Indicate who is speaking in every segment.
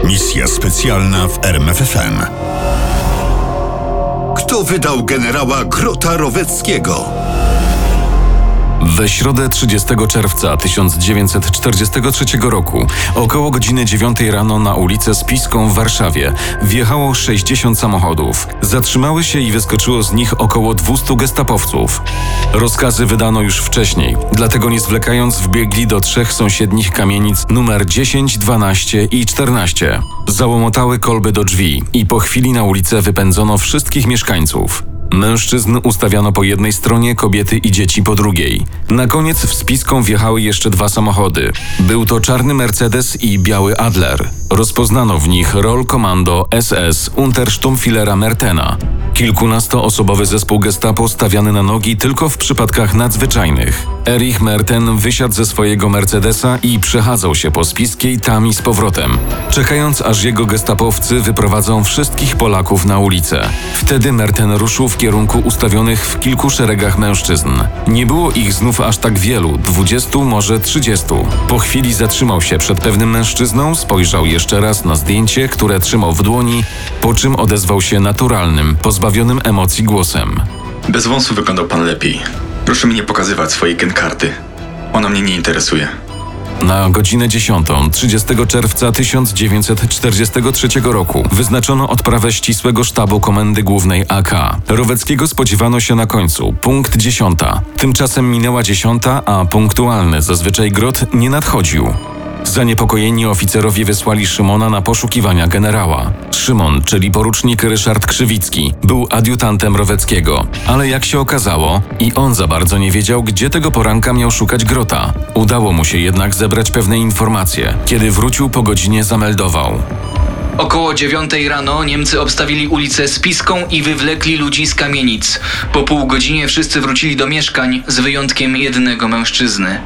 Speaker 1: Misja specjalna w RMFFM. Kto wydał generała Grota Roweckiego?
Speaker 2: We środę 30 czerwca 1943 roku około godziny 9 rano na ulicę Spiską w Warszawie wjechało 60 samochodów. Zatrzymały się i wyskoczyło z nich około 200 gestapowców. Rozkazy wydano już wcześniej, dlatego nie zwlekając wbiegli do 3 sąsiednich kamienic numer 10, 12 i 14. Załomotały kolby do drzwi i po chwili na ulicę wypędzono wszystkich mieszkańców. Mężczyzn ustawiano po jednej stronie, kobiety i dzieci po drugiej. Na koniec w Spiską wjechały jeszcze 2 samochody. Był to czarny Mercedes i biały Adler. Rozpoznano w nich Rollkommando SS Untersturmfilera Mertena. Kilkunastoosobowy zespół gestapo stawiany na nogi tylko w przypadkach nadzwyczajnych. Erich Merten wysiadł ze swojego Mercedesa i przechadzał się po Spiskiej tam i z powrotem, czekając aż jego gestapowcy wyprowadzą wszystkich Polaków na ulicę. Wtedy Merten ruszył w kierunku ustawionych w kilku szeregach mężczyzn. Nie było ich znów aż tak wielu, 20, może 30. Po chwili zatrzymał się przed pewnym mężczyzną, spojrzał jeszcze raz na zdjęcie, które trzymał w dłoni, po czym odezwał się naturalnym, pozbawionym emocji głosem.
Speaker 3: Bez wąsu wyglądał pan lepiej. Proszę mi nie pokazywać swojej genkarty. Ona mnie nie interesuje.
Speaker 2: Na godzinę 10, 30 czerwca 1943 roku wyznaczono odprawę ścisłego sztabu Komendy Głównej AK. Roweckiego spodziewano się na końcu, punkt 10. Tymczasem minęła 10, a punktualny zazwyczaj Grot nie nadchodził. Zaniepokojeni oficerowie wysłali Szymona na poszukiwania generała. Szymon, czyli porucznik Ryszard Krzywicki, był adiutantem Roweckiego, ale jak się okazało, i on za bardzo nie wiedział, gdzie tego poranka miał szukać Grota. Udało mu się jednak zebrać pewne informacje. Kiedy wrócił po godzinie, zameldował.
Speaker 4: Około 9 rano Niemcy obstawili ulicę Spiską i wywlekli ludzi z kamienic. Po pół godzinie wszyscy wrócili do mieszkań, z wyjątkiem jednego mężczyzny.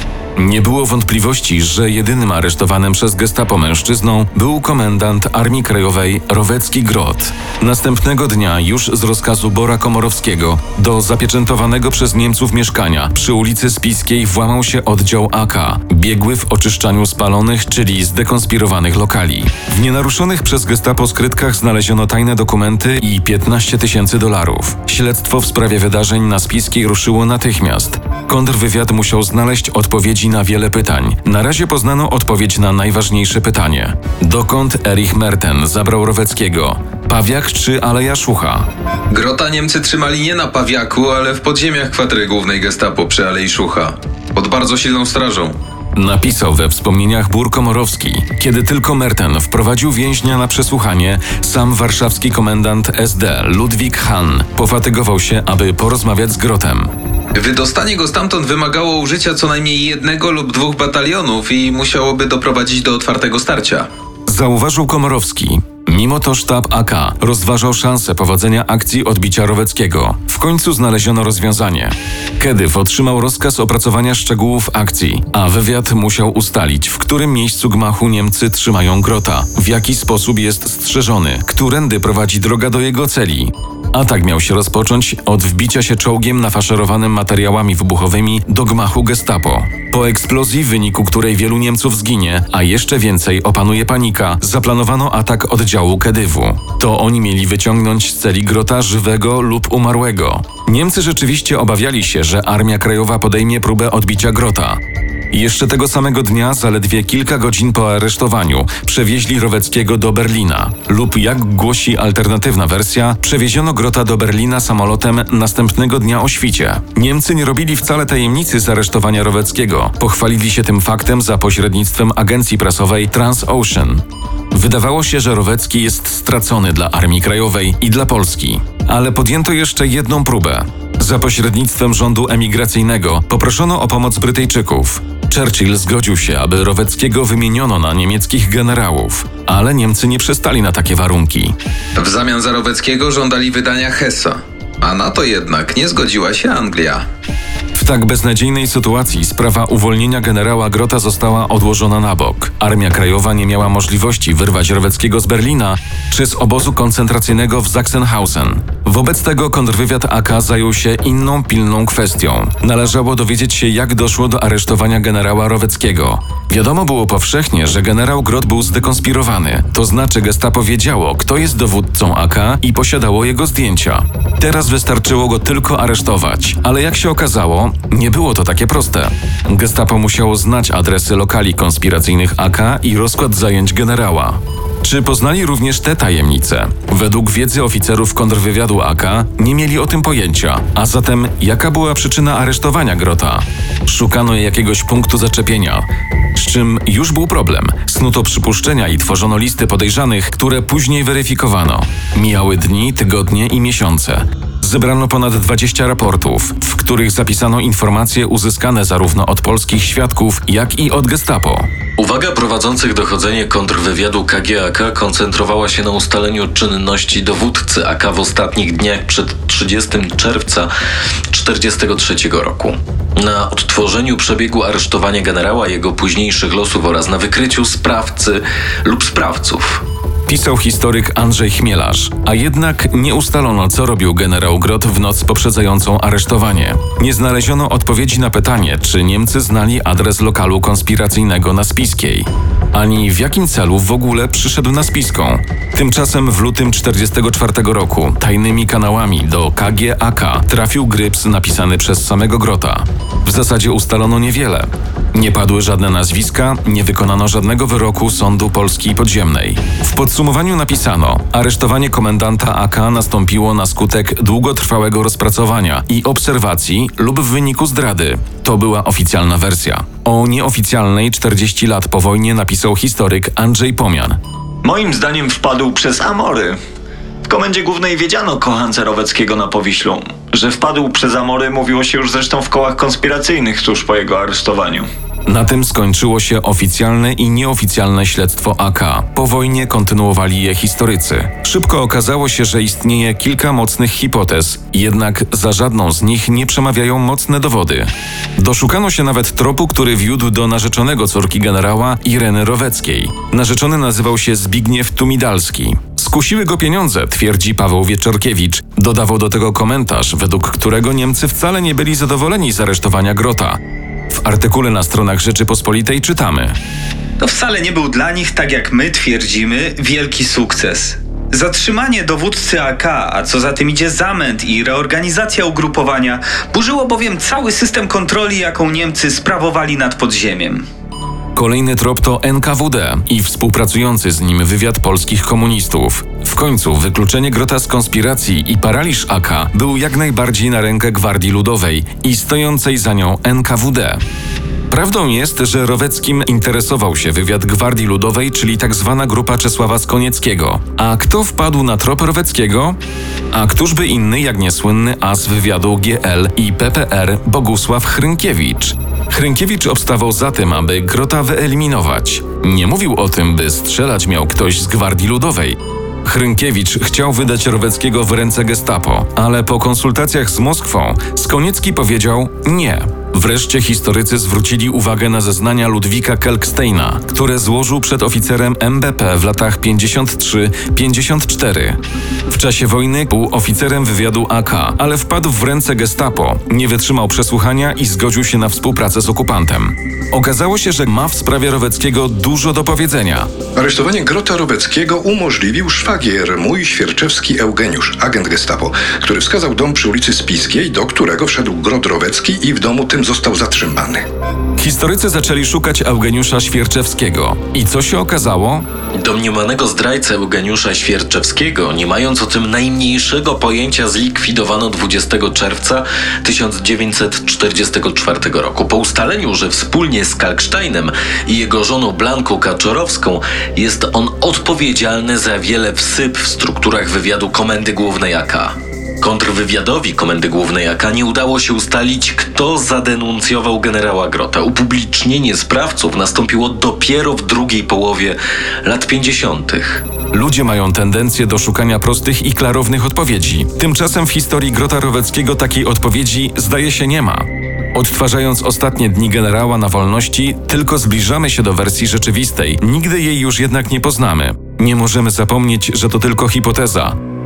Speaker 2: Nie było wątpliwości, że jedynym aresztowanym przez gestapo mężczyzną był komendant Armii Krajowej Rowecki Grot. Następnego dnia już z rozkazu Bora Komorowskiego do zapieczętowanego przez Niemców mieszkania przy ulicy Spiskiej włamał się oddział AK, biegły w oczyszczaniu spalonych, czyli zdekonspirowanych lokali. W nienaruszonych przez gestapo skrytkach znaleziono tajne dokumenty i $15,000. Śledztwo w sprawie wydarzeń na Spiskiej ruszyło natychmiast. Kontrwywiad musiał znaleźć odpowiedzi na wiele pytań. Na razie poznano odpowiedź na najważniejsze pytanie. Dokąd Erich Merten zabrał Roweckiego? Pawiak czy Aleja Szucha?
Speaker 5: Grota Niemcy trzymali nie na Pawiaku, ale w podziemiach kwatry głównej gestapo przy Alei Szucha. Pod bardzo silną strażą.
Speaker 2: Napisał we wspomnieniach Bór Komorowski. Kiedy tylko Merten wprowadził więźnia na przesłuchanie, sam warszawski komendant SD Ludwik Hahn pofatygował się, aby porozmawiać z Grotem.
Speaker 5: Wydostanie go stamtąd wymagało użycia co najmniej 1 lub 2 batalionów i musiałoby doprowadzić do otwartego starcia.
Speaker 2: Zauważył Komorowski. Mimo to sztab AK rozważał szansę powodzenia akcji odbicia Roweckiego. W końcu znaleziono rozwiązanie. Kedyw otrzymał rozkaz opracowania szczegółów akcji, a wywiad musiał ustalić, w którym miejscu gmachu Niemcy trzymają Grota, w jaki sposób jest strzeżony, którędy prowadzi droga do jego celi. Atak miał się rozpocząć od wbicia się czołgiem nafaszerowanym materiałami wybuchowymi do gmachu gestapo. Po eksplozji, w wyniku której wielu Niemców zginie, a jeszcze więcej opanuje panika, zaplanowano atak oddziału Kedywu. To oni mieli wyciągnąć z celi Grota żywego lub umarłego. Niemcy rzeczywiście obawiali się, że Armia Krajowa podejmie próbę odbicia Grota. Jeszcze tego samego dnia, zaledwie kilka godzin po aresztowaniu, przewieźli Roweckiego do Berlina. Lub, jak głosi alternatywna wersja, przewieziono Grota do Berlina samolotem następnego dnia o świcie. Niemcy nie robili wcale tajemnicy z aresztowania Roweckiego. Pochwalili się tym faktem za pośrednictwem agencji prasowej Transocean. Wydawało się, że Rowecki jest stracony dla Armii Krajowej i dla Polski. Ale podjęto jeszcze jedną próbę. Za pośrednictwem rządu emigracyjnego poproszono o pomoc Brytyjczyków. Churchill zgodził się, aby Roweckiego wymieniono na niemieckich generałów, ale Niemcy nie przystali na takie warunki.
Speaker 5: W zamian za Roweckiego żądali wydania Hessa, a na to jednak nie zgodziła się Anglia.
Speaker 2: W tak beznadziejnej sytuacji sprawa uwolnienia generała Grota została odłożona na bok. Armia Krajowa nie miała możliwości wyrwać Roweckiego z Berlina czy z obozu koncentracyjnego w Sachsenhausen. Wobec tego kontrwywiad AK zajął się inną pilną kwestią. Należało dowiedzieć się, jak doszło do aresztowania generała Roweckiego. Wiadomo było powszechnie, że generał Grot był zdekonspirowany. To znaczy gestapo wiedziało, kto jest dowódcą AK i posiadało jego zdjęcia. Teraz wystarczyło go tylko aresztować. Ale jak się okazało, nie było to takie proste. Gestapo musiało znać adresy lokali konspiracyjnych AK i rozkład zajęć generała. Czy poznali również te tajemnice? Według wiedzy oficerów kontrwywiadu AK nie mieli o tym pojęcia. A zatem jaka była przyczyna aresztowania Grota? Szukano jakiegoś punktu zaczepienia, z czym już był problem. Snuto przypuszczenia i tworzono listy podejrzanych, które później weryfikowano. Mijały dni, tygodnie i miesiące. Zebrano ponad 20 raportów, w których zapisano informacje uzyskane zarówno od polskich świadków, jak i od gestapo.
Speaker 6: Uwaga prowadzących dochodzenie kontrwywiadu KGAK koncentrowała się na ustaleniu czynności dowódcy AK w ostatnich dniach przed 30 czerwca 1943 roku. Na odtworzeniu przebiegu aresztowania generała, jego późniejszych losów oraz na wykryciu sprawcy lub sprawców.
Speaker 2: Pisał historyk Andrzej Chmielarz, a jednak nie ustalono, co robił generał Grot w noc poprzedzającą aresztowanie. Nie znaleziono odpowiedzi na pytanie, czy Niemcy znali adres lokalu konspiracyjnego na Spiskiej, ani w jakim celu w ogóle przyszedł na Spiską. Tymczasem w lutym 1944 roku tajnymi kanałami do KGAK trafił gryps napisany przez samego Grota. W zasadzie ustalono niewiele. Nie padły żadne nazwiska, nie wykonano żadnego wyroku sądu Polski Podziemnej. W podsumowaniu napisano: aresztowanie komendanta AK nastąpiło na skutek długotrwałego rozpracowania i obserwacji lub w wyniku zdrady. To była oficjalna wersja. O nieoficjalnej 40 lat po wojnie napisał historyk Andrzej Pomian.
Speaker 7: Moim zdaniem wpadł przez Amory. W komendzie głównej wiedziano kochance Roweckiego na Powiślu. Że wpadł przez Amory mówiło się już zresztą w kołach konspiracyjnych tuż po jego aresztowaniu.
Speaker 2: Na tym skończyło się oficjalne i nieoficjalne śledztwo AK. Po wojnie kontynuowali je historycy. Szybko okazało się, że istnieje kilka mocnych hipotez, jednak za żadną z nich nie przemawiają mocne dowody. Doszukano się nawet tropu, który wiódł do narzeczonego córki generała Ireny Roweckiej. Narzeczony nazywał się Zbigniew Tumidalski. Skusiły go pieniądze, twierdzi Paweł Wieczorkiewicz. Dodawał do tego komentarz, według którego Niemcy wcale nie byli zadowoleni z aresztowania Grota. W artykule na stronach Rzeczypospolitej czytamy:
Speaker 8: To wcale nie był dla nich, tak jak my twierdzimy, wielki sukces. Zatrzymanie dowódcy AK, a co za tym idzie zamęt i reorganizacja ugrupowania, burzyło bowiem cały system kontroli, jaką Niemcy sprawowali nad podziemiem.
Speaker 2: Kolejny trop to NKWD i współpracujący z nim wywiad polskich komunistów. W końcu wykluczenie Grota z konspiracji i paraliż AK był jak najbardziej na rękę Gwardii Ludowej i stojącej za nią NKWD. Prawdą jest, że Roweckim interesował się wywiad Gwardii Ludowej, czyli tzw. grupa Czesława Skonieckiego. A kto wpadł na trop Roweckiego? A któż by inny jak niesłynny as wywiadu GL i PPR Bogusław Hrynkiewicz? Hrynkiewicz obstawał za tym, aby Grota wyeliminować. Nie mówił o tym, by strzelać miał ktoś z Gwardii Ludowej. Hrynkiewicz chciał wydać Roweckiego w ręce gestapo, ale po konsultacjach z Moskwą Skoniecki powiedział nie. Wreszcie historycy zwrócili uwagę na zeznania Ludwika Kelksteina, które złożył przed oficerem MBP w latach 53-54. W czasie wojny był oficerem wywiadu AK, ale wpadł w ręce gestapo, nie wytrzymał przesłuchania i zgodził się na współpracę z okupantem. Okazało się, że ma w sprawie Roweckiego dużo do powiedzenia.
Speaker 9: Aresztowanie Grota Roweckiego umożliwił szwagier mój Świerczewski Eugeniusz, agent gestapo, który wskazał dom przy ulicy Spiskiej, do którego wszedł Grot Rowecki i w domu tym został zatrzymany.
Speaker 2: Historycy zaczęli szukać Eugeniusza Świerczewskiego. I co się okazało?
Speaker 6: Domniemanego zdrajcę Eugeniusza Świerczewskiego, nie mając o tym najmniejszego pojęcia, zlikwidowano 20 czerwca 1944 roku. Po ustaleniu, że wspólnie z Kalksteinem i jego żoną Blanką Kaczorowską jest on odpowiedzialny za wiele wsyp w strukturach wywiadu Komendy Głównej AK. Kontrwywiadowi Komendy Głównej AK nie udało się ustalić, kto zadenuncjował generała Grota. Upublicznienie sprawców nastąpiło dopiero w drugiej połowie lat 50.
Speaker 2: Ludzie mają tendencję do szukania prostych i klarownych odpowiedzi. Tymczasem w historii Grota Roweckiego takiej odpowiedzi, zdaje się, nie ma. Odtwarzając ostatnie dni generała na wolności, tylko zbliżamy się do wersji rzeczywistej. Nigdy jej już jednak nie poznamy. Nie możemy zapomnieć, że to tylko hipoteza.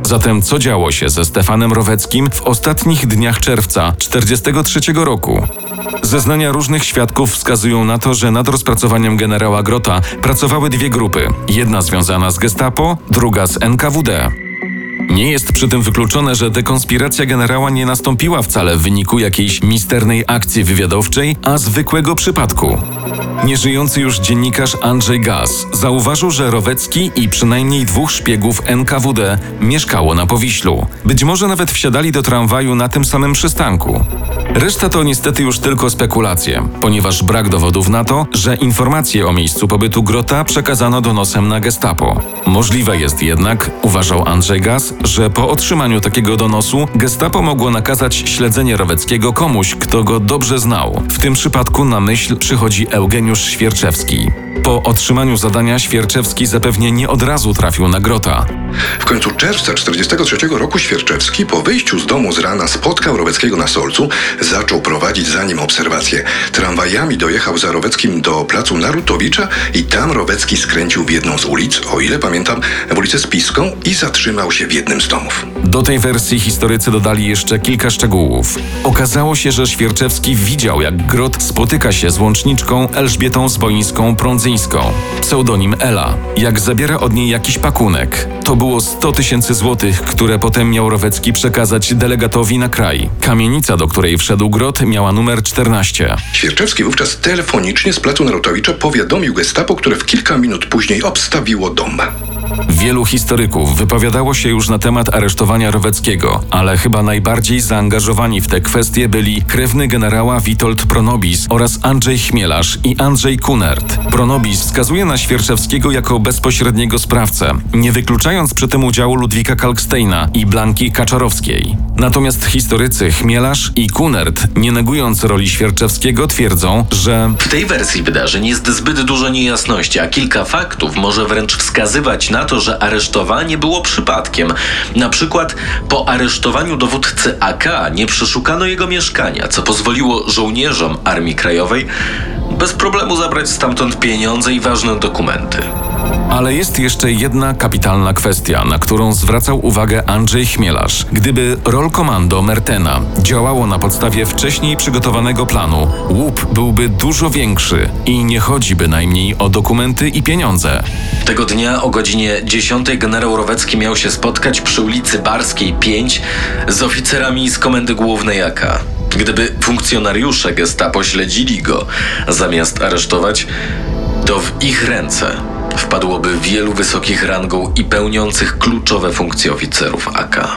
Speaker 2: Zatem co działo się ze Stefanem Roweckim w ostatnich dniach czerwca 1943 roku? Zeznania różnych świadków wskazują na to, że nad rozpracowaniem generała Grotta pracowały dwie grupy. Jedna związana z Gestapo, druga z NKWD. Nie jest przy tym wykluczone, że dekonspiracja generała nie nastąpiła wcale w wyniku jakiejś misternej akcji wywiadowczej, a zwykłego przypadku. Nieżyjący już dziennikarz Andrzej Gaz zauważył, że Rowecki i przynajmniej 2 szpiegów NKWD mieszkało na Powiślu. Być może nawet wsiadali do tramwaju na tym samym przystanku. Reszta to niestety już tylko spekulacje, ponieważ brak dowodów na to, że informacje o miejscu pobytu Grotta przekazano donosem na Gestapo. Możliwe jest jednak, uważał Andrzej Gaz, że po otrzymaniu takiego donosu Gestapo mogło nakazać śledzenie Roweckiego komuś, kto go dobrze znał. W tym przypadku na myśl przychodzi Eugeniusz Świerczewski. Po otrzymaniu zadania Świerczewski zapewnie nie od razu trafił na Grotta.
Speaker 9: W końcu czerwca 1943 roku Świerczewski po wyjściu z domu z rana spotkał Roweckiego na Solcu, zaczął prowadzić za nim obserwacje. Tramwajami dojechał za Roweckim do placu Narutowicza i tam Rowecki skręcił w jedną z ulic, o ile pamiętam, w ulicę Spiską i zatrzymał się w jednym z domów.
Speaker 2: Do tej wersji historycy dodali jeszcze kilka szczegółów. Okazało się, że Świerczewski widział, jak Grott spotyka się z łączniczką Elżbietą Zboińską-Prądzyńską, pseudonim Ela, jak zabiera od niej jakiś pakunek. To było 100 000 złotych, które potem miał Rowecki przekazać delegatowi na kraj. Kamienica, do której wszedł Grott, miała numer 14.
Speaker 9: Świerczewski wówczas telefonicznie z placu Narutowicza powiadomił Gestapo, które w kilka minut później obstawiło dom.
Speaker 2: Wielu historyków wypowiadało się już na temat aresztowania Roweckiego, ale chyba najbardziej zaangażowani w te kwestie byli krewny generała Witold Pronobis oraz Andrzej Chmielarz i Andrzej Kunert. Pronobis wskazuje na Świerczewskiego jako bezpośredniego sprawcę, nie wykluczając przy tym udziału Ludwika Kalksteina i Blanki Kaczorowskiej. Natomiast historycy Chmielarz i Kunert, nie negując roli Świerczewskiego, twierdzą, że
Speaker 6: w tej wersji wydarzeń jest zbyt dużo niejasności, a kilka faktów może wręcz wskazywać na to, że aresztowanie było przypadkiem. Na przykład po aresztowaniu dowódcy AK nie przeszukano jego mieszkania, co pozwoliło żołnierzom Armii Krajowej bez problemu zabrać stamtąd pieniądze i ważne dokumenty.
Speaker 2: Ale jest jeszcze jedna kapitalna kwestia, na którą zwracał uwagę Andrzej Chmielarz. Gdyby Rollkommando Mertena działało na podstawie wcześniej przygotowanego planu, łup byłby dużo większy i nie chodzi bynajmniej o dokumenty i pieniądze.
Speaker 6: Tego dnia o godzinie 10 generał Rowecki miał się spotkać przy ulicy Barskiej 5 z oficerami z Komendy Głównej AK. Gdyby funkcjonariusze Gestapo śledzili go zamiast aresztować, to w ich ręce wpadłoby wielu wysokich rangą i pełniących kluczowe funkcje oficerów AK.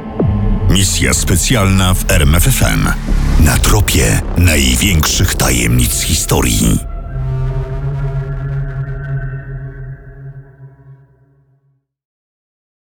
Speaker 1: Misja specjalna w RMFFM. Na tropie największych tajemnic historii.